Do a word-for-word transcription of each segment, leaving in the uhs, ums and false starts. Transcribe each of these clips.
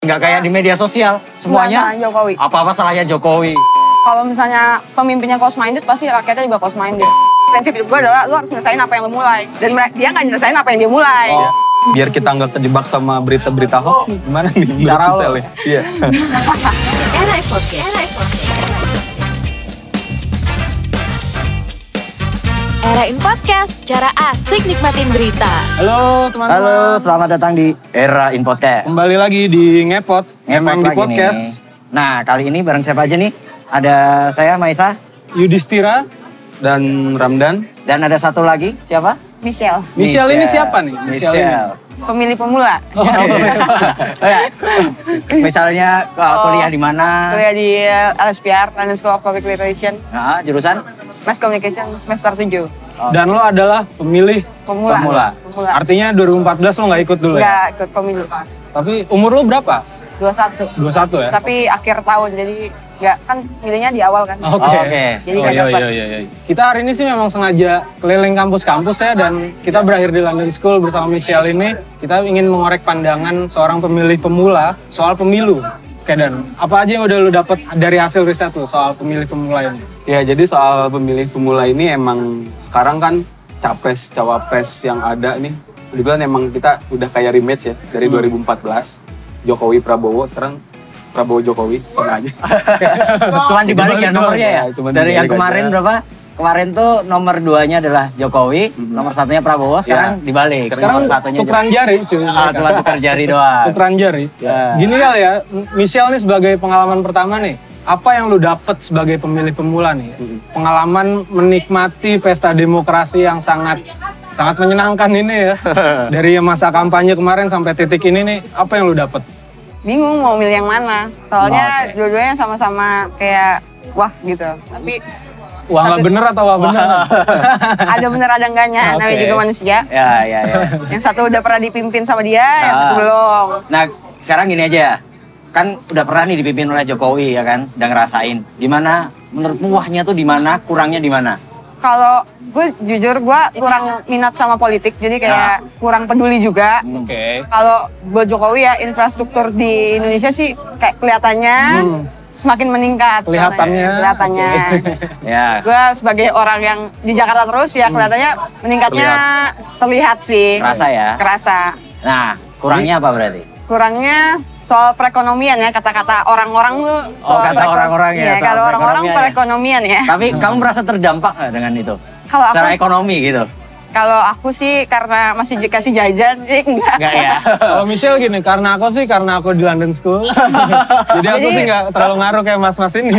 Nggak kayak di media sosial, semuanya Nggak, Jokowi. apa-apa salahnya Jokowi. Kalau misalnya pemimpinnya close minded, pasti rakyatnya juga close minded. Prinsip hidup gue adalah lu harus nyelesain apa yang lu mulai. Dan dia nggak nyelesain apa yang dia mulai. Oh. Biar kita nggak kejebak sama berita-berita hoax nih, gimana nih cara lo? Iya. Era Podcast. Erain Podcast, cara asik nikmatin berita. Halo teman-teman. Halo, selamat datang di Era in Podcast. Kembali lagi di Ngepot, Ngepot di lagi podcast. nih. Nah, kali ini bareng siapa aja nih? Ada saya, Maisa. Yudhistira dan Ramdan. Dan ada satu lagi, siapa? Michelle, Michelle ini siapa nih? Michelle ini. Michelle. pemilih pemula. Oke. Oh, ya. Misalnya uh, kuliah di mana? Kuliah di L S P R, London School of Public Relations, Nah, jurusan? Mass Communication semester tujuh. Dan lo adalah pemilih. Pemula. Pemula. Pemula. Artinya dua ribu empat belas lo nggak ikut dulu ya? Nggak ikut pemilu. Tapi umur lo berapa? dua puluh satu. dua puluh satu ya? Tapi akhir tahun, jadi nggak, kan milihnya di awal kan. Oke. Oh, oke. Jadi Oh, nggak iya, dapat. iya, iya, iya. Kita hari ini sih memang sengaja keliling kampus-kampus ya, dan kita berakhir di London School bersama Michelle ini. Kita ingin mengorek pandangan seorang pemilih pemula soal pemilu. Oke, Dan, apa aja yang udah lu dapat dari hasil riset lu soal pemilih pemula ini? Ya, jadi soal pemilih pemula ini emang sekarang kan capres cawapres yang ada nih, kebetulan emang kita udah kayak rematch ya dari Hmm. dua ribu empat belas Jokowi Prabowo, sekarang Prabowo Jokowi sama aja. Cuman dibalik ya nomornya ya. Ya, cuman Dari yang dibalik kemarin aja. berapa? Kemarin tuh nomor duanya adalah Jokowi, Mhm. nomor satunya Prabowo, sekarang Ya. dibalik. Sekarang nomor satunya tukeran jari, cuy. Ah, cuma tukar jari doang. Tukeran jari. Ya. Gini kali ya, Michelle nih sebagai pengalaman pertama nih, apa yang lu dapet sebagai pemilih pemula nih? Pengalaman menikmati pesta demokrasi yang sangat sangat menyenangkan ini ya. Dari masa kampanye kemarin sampai titik ini nih, apa yang lu dapet? Bingung mau milih yang mana. Soalnya Oke. dua-duanya sama-sama kayak wah gitu. Tapi Wah nggak Satu- bener atau wah bener? ada bener ada enggaknya, Oke. namanya juga manusia. Ya, ya, ya. Yang satu udah pernah dipimpin sama dia, yang satu Ah. belum. Nah, sekarang gini aja. Kan udah pernah nih dipimpin oleh Jokowi ya kan, udah ngerasain. Gimana menurutmu wahnya tuh di mana, kurangnya di mana? Kalau gue jujur gue kurang minat sama politik, jadi kayak kurang peduli juga. Oke. Kalau buat Jokowi ya infrastruktur di Indonesia sih kayak kelihatannya Hmm. semakin meningkat. Kelihatannya. Kelihatannya. Ya. Gue sebagai orang yang di Jakarta terus ya kelihatannya meningkatnya terlihat, sih. Kerasa ya. Kerasa. Nah, kurangnya apa berarti? Kurangnya soal perekonomian ya, kata-kata orang-orang tuh soal kata pereko- orang-orang ya, Iya, soal kalau orang-orang perekonomian perekonomian ya. Tapi kamu merasa terdampak nggak dengan itu? Kalau aku- Secara ekonomi gitu? Kalau aku sih karena masih dikasih jajan sih enggak. Enggak ya? Kalau Michelle gini, karena aku sih karena aku di London School. Jadi aku Jadi- sih nggak terlalu ngaruh kayak mas-mas ini.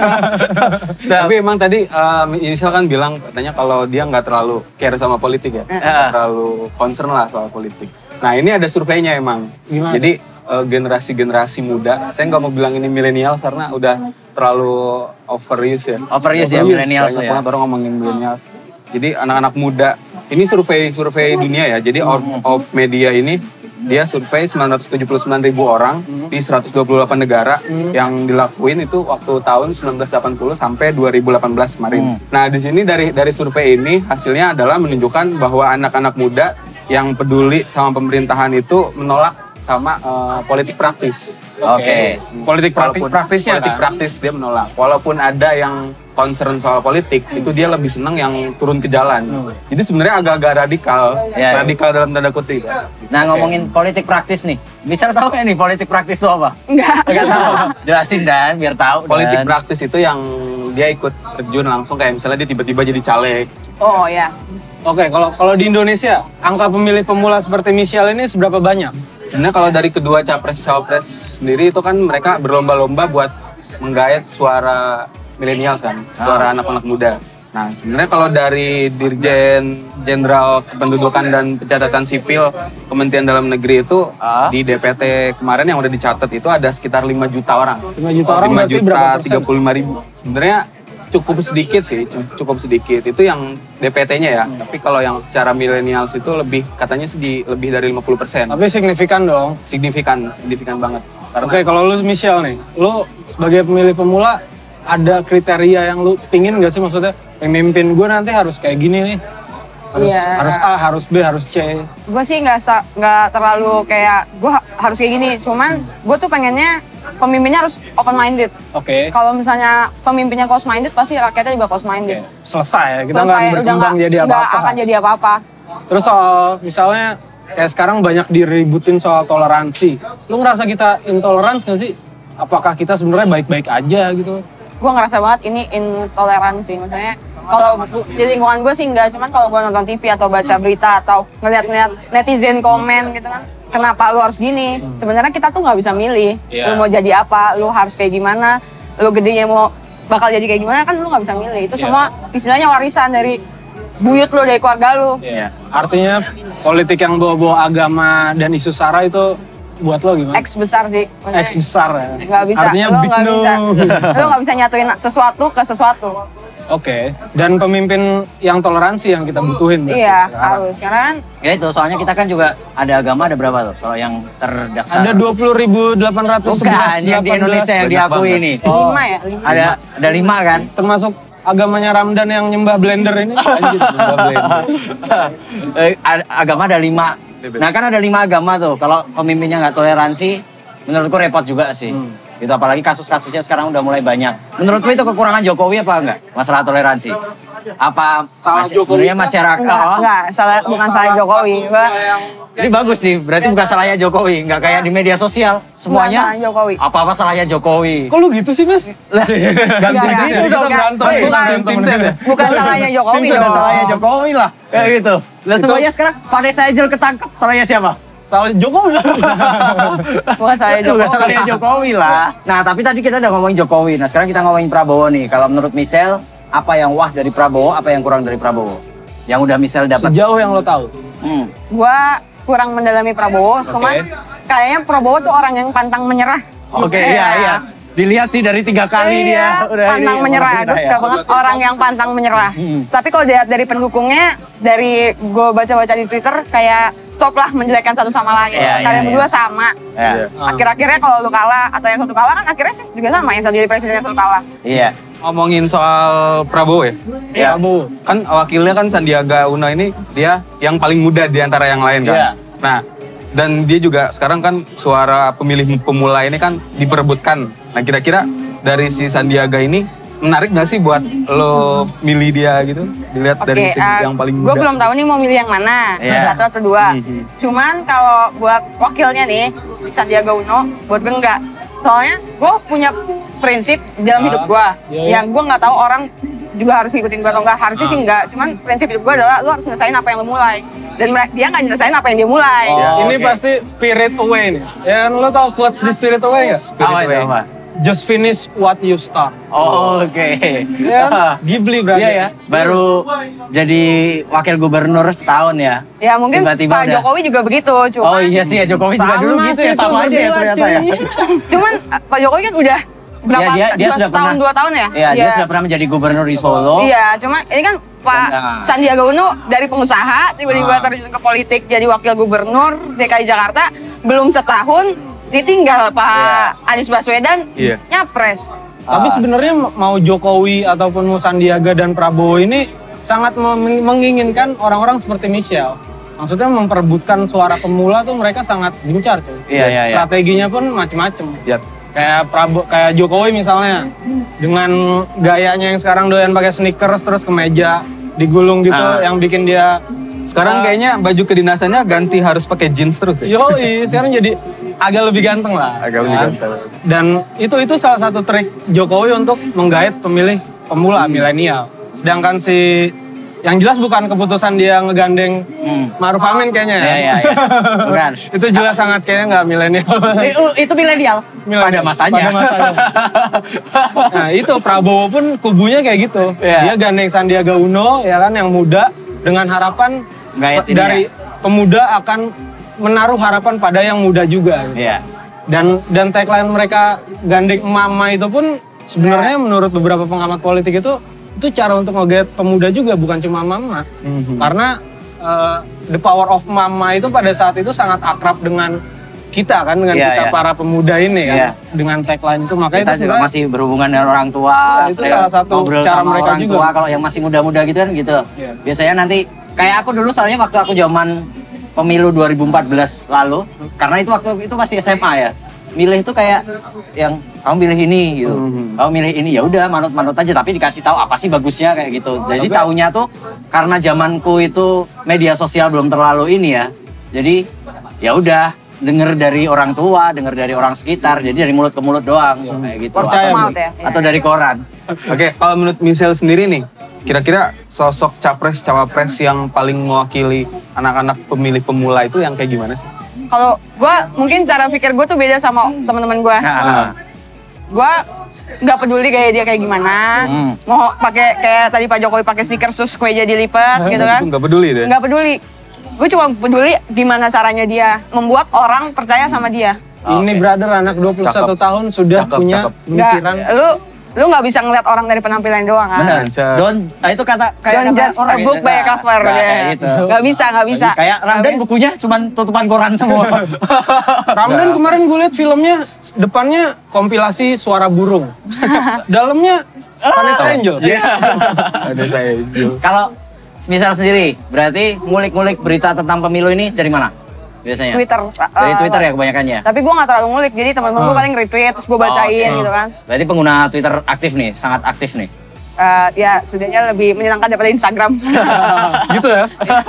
Tapi emang tadi um, Inisial kan bilang katanya kalau dia nggak terlalu care sama politik ya, nggak terlalu concern lah soal politik. Nah ini ada surveinya emang. Gimana? Jadi uh, generasi-generasi muda, saya nggak mau bilang ini milenial karena udah terlalu overuse ya. Overuse ya, millennials Banyak ya. banget orang ngomongin millennials. Jadi anak-anak muda, ini survei-survei dunia ya. Jadi Orb of Media ini dia survei sembilan ratus tujuh puluh sembilan ribu orang di seratus dua puluh delapan negara yang dilakuin itu waktu tahun sembilan belas delapan puluh sampai dua ribu delapan belas kemarin. Nah, di sini dari dari survei ini hasilnya adalah menunjukkan bahwa anak-anak muda yang peduli sama pemerintahan itu menolak sama eh, politik praktis. Oke. Politik praktis, Walaupun- praktisnya politik kan? praktis dia menolak. Walaupun ada yang concern soal politik, itu dia lebih senang yang turun ke jalan. Jadi sebenarnya agak-agak radikal, Ya. radikal dalam tanda kutip. Nah, ngomongin politik praktis nih. Bisa tahu nggak nih politik praktis itu apa? Enggak. Enggak tahu. Jelasin Dan, biar tahu. Politik Dan. praktis itu yang dia ikut terjun langsung, kayak misalnya dia tiba-tiba jadi caleg. Oh ya. Oke, kalau kalau di Indonesia, angka pemilih pemula seperti Michelle ini seberapa banyak? Sebenarnya kalau dari kedua capres-cawapres sendiri itu kan mereka berlomba-lomba buat menggait suara milenial kan, suara anak-anak muda. Nah, sebenarnya kalau dari Dirjen Jenderal Kependudukan dan Pencatatan Sipil Kementerian Dalam Negeri itu Ah. di D P T kemarin yang udah dicatat itu ada sekitar lima juta orang. lima juta orang lima berarti juta berapa persen? tiga puluh lima ribu. Sebenarnya cukup sedikit sih, cukup sedikit. Itu yang D P T-nya ya. Tapi kalau yang secara milenials itu lebih, katanya sih di- lebih dari lima puluh persen. Tapi signifikan dong. Signifikan, signifikan banget. Karena Oke, kalau lu Michelle nih, lu sebagai pemilih pemula ada kriteria yang lu pingin gak sih, maksudnya pemimpin gue nanti harus kayak gini nih? Harus, Iya. harus A, harus B, harus C. Gue sih nggak sa- nggak terlalu kayak gue ha- harus kayak gini. Cuman gue tuh pengennya pemimpinnya harus open minded. Oke. Kalau misalnya pemimpinnya close minded, pasti rakyatnya juga close minded. Selesai ya, kita nggak Selesai, udah berkembang nggak jadi nggak apa-apa. akan jadi apa-apa. Terus soal misalnya kayak sekarang banyak diributin soal toleransi. Lu ngerasa kita intolerans nggak sih? Apakah kita sebenarnya baik-baik aja gitu? Gue ngerasa banget ini intoleransi. Maksudnya kalau bu- di lingkungan gue sih enggak, cuman kalau gue nonton T V atau baca berita atau ngeliat-ngeliat netizen komen gitu kan, kenapa lu harus gini? Sebenarnya kita tuh nggak bisa milih. Iya. Lu mau jadi apa? Lu harus kayak gimana? Lu gedenya mau bakal jadi kayak gimana? Kan lu nggak bisa milih. Itu Iya. semua istilahnya warisan dari buyut lu, dari keluarga lu. Iya. Artinya politik yang bawa-bawa agama dan isu sara itu buat lo gimana? X besar sih. Maksudnya X besar ya. nggak bisa. Artinya lu big nggak no. bisa. Lu nggak bisa nyatuin sesuatu ke sesuatu. Oke. Dan pemimpin yang toleransi yang kita butuhin. berarti Iya, sekarang. harus. Karena kan Ya itu, soalnya kita kan juga ada agama ada berapa tuh kalau yang terdaftar? Ada dua puluh ribu delapan ratus sebelas. Bukan, yang di Indonesia yang Banyak diakui banget. ini. lima ya, lima. Ada ada lima kan? Termasuk agamanya Ramdan yang nyembah blender ini. Eh, a- agama ada lima. Nah kan ada lima agama tuh. Kalau pemimpinnya nggak toleransi, menurutku repot juga sih. Gitu, apalagi kasus-kasusnya sekarang udah mulai banyak. Menurutku itu kekurangan Jokowi apa enggak? Masalah toleransi. Apa Salah mas- Jokowi sebenarnya masyarakat? enggak, oh, enggak, salah, bukan salah Jokowi. Gua, Ini bagus nih, berarti bukan salahnya Jokowi. Nggak kayak di media sosial. Semuanya salahnya Jokowi. apa-apa salahnya Jokowi. Kok lu gitu sih, Mas? Lah, Gak Enggak, bisa enggak, gitu enggak, dong, enggak. berantem. Bukan. Berantem, Tim ses ya? bukan salahnya Jokowi Bukan dong. salahnya Jokowi lah. Kayak gitu. Lah semuanya sekarang Vanessa Angel ketangkep. Salahnya siapa? Salah Jokowi. Bukan salahnya Itu Jokowi. nggak salahnya Jokowi lah. Nah, tapi tadi kita udah ngomongin Jokowi. Nah, sekarang kita ngomongin Prabowo nih. Kalau menurut Michelle, apa yang wah dari Prabowo, apa yang kurang dari Prabowo? Yang udah Michelle dapat. Sejauh yang lo tahu. Hmm. Gua kurang mendalami Prabowo, cuman kayaknya Prabowo tuh orang yang pantang menyerah. Oke, Kayak iya, iya. Dilihat sih dari tiga kali Iya, dia udah pantang ini, menyerah. ngomongin Gue ya. suka banget orang yang pantang menyerah. Hmm. Tapi kalau dilihat dari pendukungnya, dari gue baca-baca di Twitter, kayak stoplah menjelekkan satu sama lain. Iya, iya, Kalian iya. berdua sama. Ya. Akhir-akhirnya kalau lu kalah atau yang satu kalah kan akhirnya sih juga sama, yang satu jadi presiden yang satu kalah. Iya. Ngomongin soal Prabowo ya, Ya, Bu. kan wakilnya kan Sandiaga Uno ini dia yang paling muda di antara yang lain kan. Iya. Nah, dan dia juga sekarang kan suara pemilih pemula ini kan diperebutkan. Nah, kira-kira dari si Sandiaga ini menarik nggak sih buat lo milih dia gitu? Dilihat dari Oke, segi yang paling muda. gue belum tahu nih mau milih yang mana, Iya. satu atau dua. Mhm. Cuman kalau buat wakilnya nih, si Sandiaga Uno, buat gue enggak. Soalnya gue punya prinsip dalam hidup gue, Iya, iya. yang gue nggak tahu orang juga harus ngikutin gue atau enggak. Harusnya sih enggak, cuman prinsip hidup gue adalah lu harus nyelesain apa yang lu mulai. Dan mere- dia nggak nyelesain apa yang dia mulai. Oh, Ini oke. pasti Spirit Away nih. Ya, lo tau quotes di Spirit Away nggak? Apa itu apa? Just finish what you start. Oh, oke. Ya, Ghibli berarti. Iya ya. Baru jadi wakil gubernur setahun ya. Ya mungkin Tiba-tiba Pak udah. Jokowi juga begitu, cuman Oh iya sih ya, Jokowi juga Sama dulu gitu sih ya, tuh, sama aja ya berdua, ternyata ya. cuy. cuman uh, Pak Jokowi kan udah berapa Iya, dia, dia dua sudah tahun pernah, dua tahun ya? Iya, dia sudah pernah menjadi gubernur di Solo. Iya, cuma ini kan Pak Nah. Sandiaga Uno dari pengusaha tiba-tiba Ah. terjun ke politik jadi wakil gubernur D K I Jakarta, belum setahun ditinggal Pak Anies Baswedan Iya. nyapres. Tapi Ah. sebenarnya mau Jokowi ataupun mau Sandiaga dan Prabowo ini sangat mem- menginginkan orang-orang seperti Michelle. Maksudnya memperebutkan suara pemula tuh mereka sangat gencar cuy. Iya, iya, iya. Strateginya pun macem-macem. Ya. Kayak Prabowo, kayak Jokowi misalnya, dengan gayanya yang sekarang doyan pakai sneakers terus kemeja digulung gitu, Ah. yang bikin dia Sekarang Ah. kayaknya baju kedinasannya ganti harus pakai jeans terus ya. yoi, sekarang jadi agak lebih ganteng lah. Agak lebih kan? ganteng. Dan itu itu salah satu trik Jokowi untuk menggait pemilih pemula milenial. Sedangkan si yang jelas bukan keputusan dia ngegandeng Hmm. Maruf Amin kayaknya ya. Iya, iya, iya. Bukan. Itu jelas sangat kayaknya nggak milenial. Itu, itu milenial. Pada masanya. Pada masanya. Nah itu Prabowo pun kubunya kayak gitu. Iya. Dia gandeng Sandiaga Uno ya kan yang muda dengan harapan Gait ini dari pemuda akan menaruh harapan pada yang muda juga. Gitu. Iya. Dan dan tagline mereka gandeng mama itu pun sebenarnya menurut beberapa pengamat politik itu itu cara untuk ngegait pemuda juga bukan cuma mama. Mhm. Karena uh, the power of mama itu pada saat itu sangat akrab dengan kita kan dengan Iya, kita iya. para pemuda ini kan Iya. dengan tagline itu makanya Kita itu juga sebenarnya- masih berhubungan dengan orang tua, Ya, itu sering salah satu ngobrol cara sama mereka orang juga. tua kalau yang masih muda-muda gitu kan gitu. Iya. Biasanya nanti Kayak aku dulu soalnya waktu aku zaman pemilu dua ribu empat belas lalu, karena itu waktu itu masih S M A ya. Milih itu kayak yang kamu milih ini gitu. Hmm. Kamu milih ini ya udah manut-manut aja, tapi dikasih tahu apa sih bagusnya kayak gitu. Jadi tapi... taunya tuh karena zamanku itu media sosial belum terlalu ini ya. Jadi ya udah denger dari orang tua, denger dari orang sekitar, jadi dari mulut ke mulut doang hmm. kayak gitu. Percaya atau, ya? atau dari koran. Oke, okay, kalau menurut Michelle sendiri nih, kira-kira sosok capres cawapres yang paling mewakili anak-anak pemilih pemula itu yang kayak gimana sih? Kalau gue mungkin cara pikir gue tuh beda sama teman-teman gue. Nah. Gue nggak peduli gaya dia kayak gimana, hmm. mau pakai kayak tadi Pak Jokowi pakai stiker sus kue jadi lipat gitu kan? Nggak peduli deh. Nggak peduli. Gue cuma peduli gimana caranya dia membuat orang percaya sama dia. Ini okay. brother anak dua puluh satu cakep. tahun sudah Cakep, punya cakep. pemikiran. Nggak, lu lu nggak bisa ngeliat orang dari penampilan doang kan? Benar. Don, nah itu kata kayak Don't kata judge a book by a cover. Nah, ya. kayak gitu. Nggak bisa, nggak bisa. Kayak Ramdan bukunya cuma tutupan koran semua. Ramdan kemarin gue liat filmnya depannya kompilasi suara burung, dalamnya Vanessa Angel. Iya. Vanessa Angel. Kalau misal sendiri, berarti ngulik-ngulik berita tentang pemilu ini dari mana? Biasanya? Twitter. Dari uh, Twitter ya kebanyakannya? Tapi gue nggak terlalu ngulik, jadi teman-teman gue Hmm. paling retweet, terus gue bacain Oh, okay. gitu kan. Berarti pengguna Twitter aktif nih, sangat aktif nih. Uh, ya setidaknya lebih menyenangkan daripada Instagram. Gitu ya.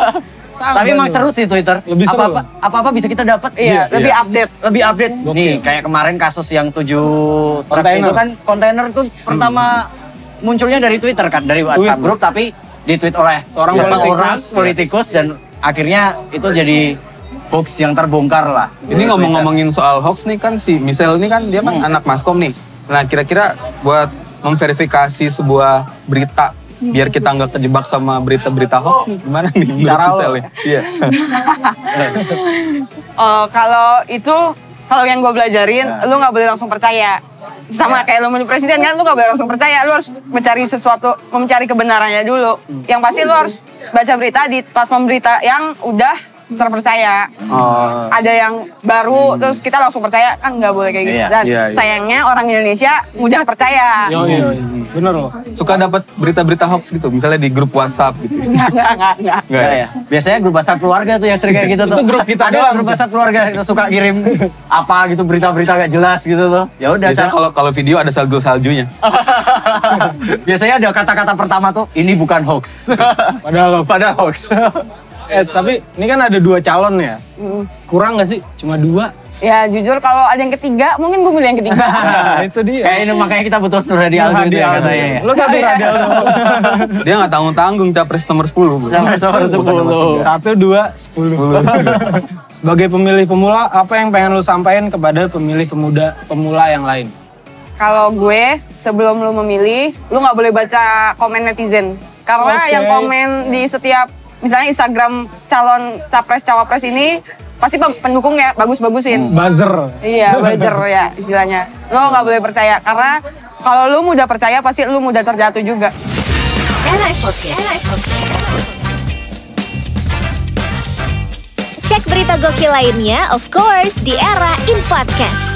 Tapi emang seru sih Twitter. Lebih seru. Apa-apa, apa-apa bisa kita dapat. Iya, lebih update. Lebih update. Nih, kayak kemarin kasus yang tujuh truk Kontainer. itu kan kontainer tuh pertama munculnya dari Twitter kan, dari WhatsApp Tweet. grup, tapi di-tweet oleh Seorang seseorang politikus. politikus dan akhirnya itu jadi hoax yang terbongkar lah. Ini ngomong-ngomongin soal hoax nih kan si Michelle ini kan dia kan Hmm. anak maskom nih. Nah kira-kira buat memverifikasi sebuah berita biar kita nggak kejebak sama berita-berita hoax nih gimana nih menurut Cara lo. Michelle nih? Iya. Uh, kalau itu, kalau yang gue belajarin, Ya. lu nggak boleh langsung percaya. Sama kayak lu menuju presiden kan, lu nggak boleh langsung percaya. Lu harus mencari sesuatu, mencari kebenarannya dulu. Yang pasti lu harus baca berita di platform berita yang udah terpercaya. Oh. Ada yang baru, terus kita langsung percaya, kan nggak boleh kayak gitu. Iya, Dan iya, iya. sayangnya orang Indonesia mudah percaya. Yo, yo, yo. Bener loh. Suka dapat berita-berita hoax gitu, misalnya di grup WhatsApp gitu. Nggak, nggak, nggak, nggak. Nggak Enggak ya? ya. Biasanya grup WhatsApp keluarga tuh yang sering kayak gitu tuh. Itu grup kita Ada doang. grup WhatsApp keluarga yang suka kirim apa gitu berita-berita gak jelas gitu tuh. Ya udah Biasanya cara- kalau kalau video ada salju-saljunya. biasanya ada kata-kata pertama tuh ini bukan hoax. Padahal loh. Padahal hoax. Eh tapi ini kan ada dua calon ya. Kurang nggak sih? Cuma dua. Ya jujur kalau ada yang ketiga, mungkin gue milih yang ketiga. Nah, itu dia. Kayak ini makanya kita butuh Nur Hadi Aldo itu ya katanya. ya. Lo kan Nur Hadi Aldo. Dia nggak tanggung-tanggung capres nomor sepuluh. Bu. Nomor sepuluh. Satu, dua, sepuluh. Sebagai pemilih pemula, apa yang pengen lu sampaikan kepada pemilih pemuda pemula yang lain? Kalau gue, sebelum lu memilih, lu nggak boleh baca komen netizen. Karena Oke. yang komen di setiap, misalnya Instagram calon capres-cawapres ini, pasti pem- pendukungnya bagus-bagusin. Buzzer. Iya, buzzer ya istilahnya. Lo nggak boleh percaya, karena kalau lu mudah percaya, pasti lu mudah terjatuh juga. Era Podcast. Cek berita gokil lainnya, of course, di Era in Podcast.